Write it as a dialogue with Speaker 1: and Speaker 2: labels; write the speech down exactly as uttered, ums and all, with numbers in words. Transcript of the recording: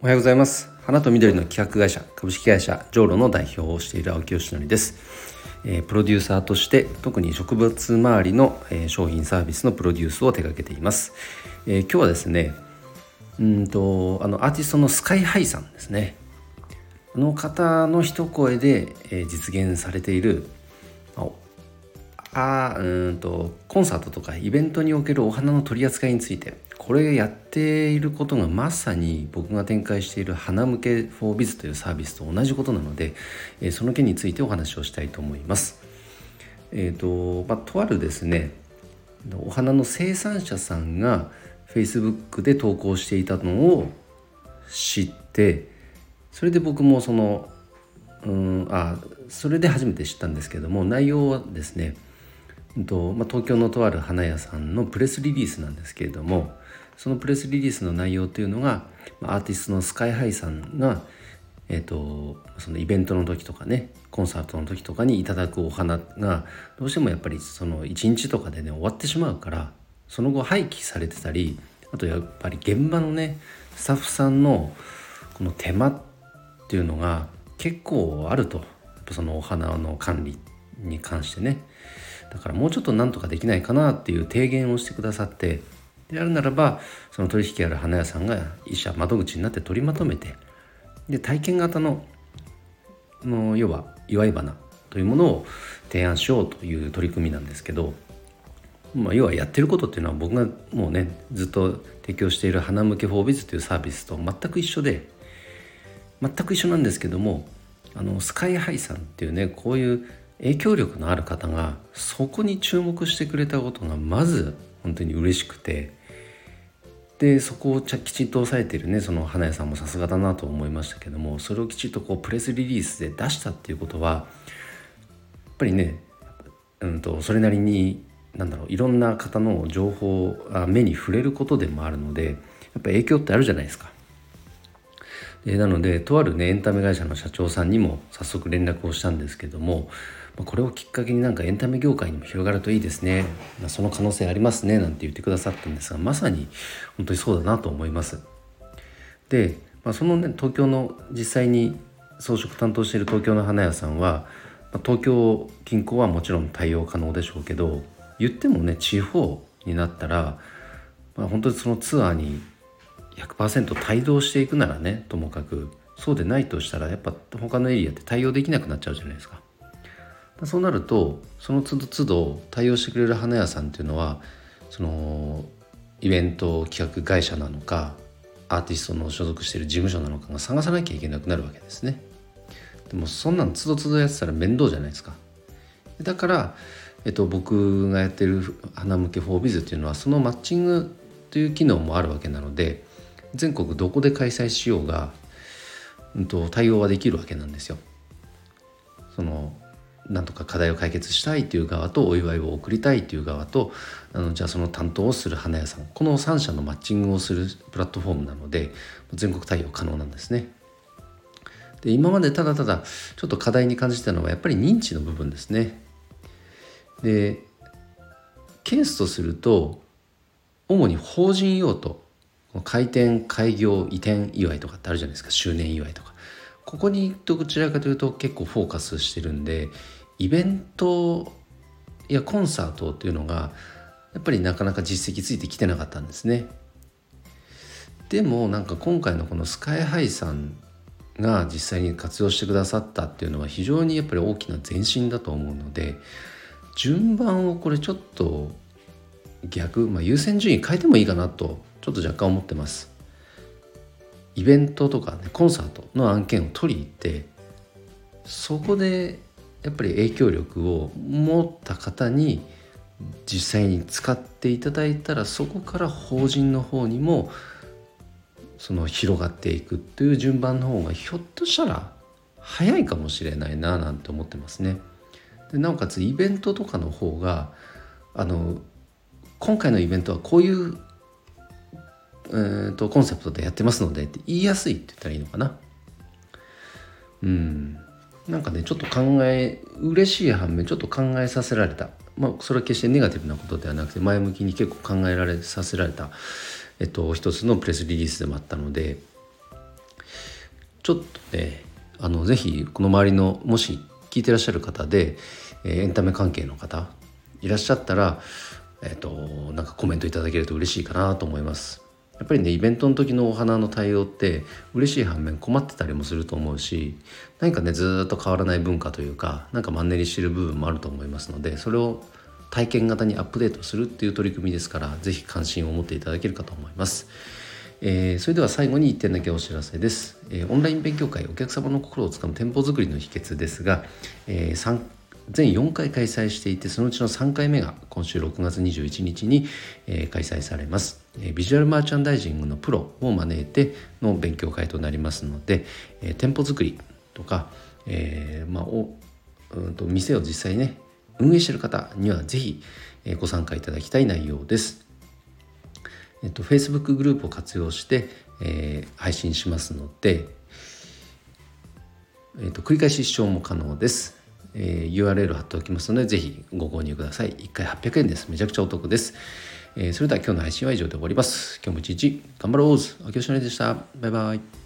Speaker 1: おはようございます。花と緑の企画会社株式会社ジョーロの代表をしている青木よしのりです。えー、プロデューサーとして特に植物周りの、えー、商品サービスのプロデュースを手掛けています。えー、今日はですねうんとあのアーティストのスカイハイさんですね。この方の一声で、えー、実現されているあうんとコンサートとかイベントにおけるお花の取り扱いについて、これやっていることがまさに僕が展開している花向け フォービズ というサービスと同じことなので、えー、その件についてお話をしたいと思います。えーとまあ、とあるですねお花の生産者さんが Facebook で投稿していたのを知って、それで僕もそのうんあそれで初めて知ったんですけども、内容はですねとまあ、東京のとある花屋さんのプレスリリースなんですけれども、そのプレスリリースの内容というのがアーティストのスカイハイさんが、えー、とそのイベントの時とかねコンサートの時とかにいただくお花がどうしてもやっぱりそのいちにちとかでね終わってしまうから、その後廃棄されてたり、あとやっぱり現場のねスタッフさんのこの手間っていうのが結構あると、やっぱそのお花の管理に関してね。だからもうちょっとなんとかできないかなっていう提言をしてくださって、であるならばその取引ある花屋さんが一社窓口になって取りまとめて、で体験型のの要は祝い花というものを提案しようという取り組みなんですけど、まあ、要はやってることっていうのは僕がもうねずっと提供している花向け フォービズ というサービスと全く一緒で全く一緒なんですけども、あのスカイハイさんっていうねこういう影響力のある方がそこに注目してくれたことがまず本当に嬉しくて、でそこをきちんと抑えているねその花屋さんもさすがだなと思いましたけども、それをきちんとこうプレスリリースで出したっていうことはやっぱりね、うんとそれなりになんだろういろんな方の情報あ目に触れることでもあるので、やっぱ影響ってあるじゃないですか。でなのでとあるねエンタメ会社の社長さんにも早速連絡をしたんですけども、これをきっかけになんかエンタメ業界にも広がるといいですね、その可能性ありますねなんて言ってくださったんですが、まさに本当にそうだなと思います。で、まあ、そのね東京の実際に装飾担当している東京の花屋さんは、まあ、東京近郊はもちろん対応可能でしょうけど、言ってもね地方になったら、まあ、本当にそのツアーに ひゃくパーセント 帯同していくならねともかく、そうでないとしたらやっぱ他のエリアって対応できなくなっちゃうじゃないですか。そうなるとその都度都度対応してくれる花屋さんっていうのはそのイベント企画会社なのかアーティストの所属している事務所なのかが探さなきゃいけなくなるわけですね。でもそんなの都度都度やってたら面倒じゃないですか。だから、えっと、僕がやってる花向け フォービズ っていうのはそのマッチングという機能もあるわけなので、全国どこで開催しようが、うん、と対応はできるわけなんですよ。そのなんとか課題を解決したいという側とお祝いを送りたいという側と、あのじゃあその担当をする花屋さん、このさん社のマッチングをするプラットフォームなので全国対応可能なんですね。で今までただただちょっと課題に感じたのはやっぱり認知の部分ですね。でケースとすると主に法人用途、開店開業移転祝いとかってあるじゃないですか、周年祝いとか、ここにどちらかというと結構フォーカスしてるんで、イベントやコンサートっていうのがやっぱりなかなか実績ついてきてなかったんですね。でもなんか今回のこのスカイハイさんが実際に活用してくださったっていうのは非常にやっぱり大きな前進だと思うので、順番をこれちょっと逆、まあ、優先順位変えてもいいかなとちょっと若干思ってます。イベントとかねコンサートの案件を取り入って、そこでやっぱり影響力を持った方に実際に使っていただいたら、そこから法人の方にもその広がっていくという順番の方がひょっとしたら早いかもしれないななんて思ってますね。でなおかつイベントとかの方があの今回のイベントはこういうえー、とコンセプトでやってますのでって言いやすいって言ったらいいのかな。うんなんかねちょっと考え嬉しい反面ちょっと考えさせられた、まあそれは決してネガティブなことではなくて前向きに結構考えられさせられた、えっと、一つのプレスリリースでもあったので、 ちょっとねあのぜひこの周りのもし聞いてらっしゃる方で、えーエンタメ関係の方いらっしゃったら、えっとなんかコメントいただけると嬉しいかなと思います。やっぱりねイベントの時のお花の対応って嬉しい反面困ってたりもすると思うし、何かねずっと変わらない文化というかなんかマンネリしてる部分もあると思いますので、それを体験型にアップデートするっていう取り組みですから、ぜひ関心を持っていただけるかと思います。えーそれでは最後にいってんだけお知らせです。えーオンライン勉強会お客様の心をつかむ店舗作りの秘訣ですが、えーさん全よんかい開催していて、そのうちのさんかいめが今週ろくがつにじゅういちにちに、えー開催されます。えービジュアルマーチャンダイジングのプロを招いての勉強会となりますので、えー店舗作りとか、えーまあ、おうんと店を実際にね運営している方にはぜひ、えーご参加いただきたい内容です。えっと、Facebook グループを活用して、えー配信しますので、えっと、繰り返し視聴も可能です。えー ユーアールエル 貼っておきますのでぜひご購入ください。いっかいはっぴゃくえんです。めちゃくちゃお得です。えーそれでは今日の配信は以上で終わります。今日も一日頑張ろう。秋吉典でした。バイバイ。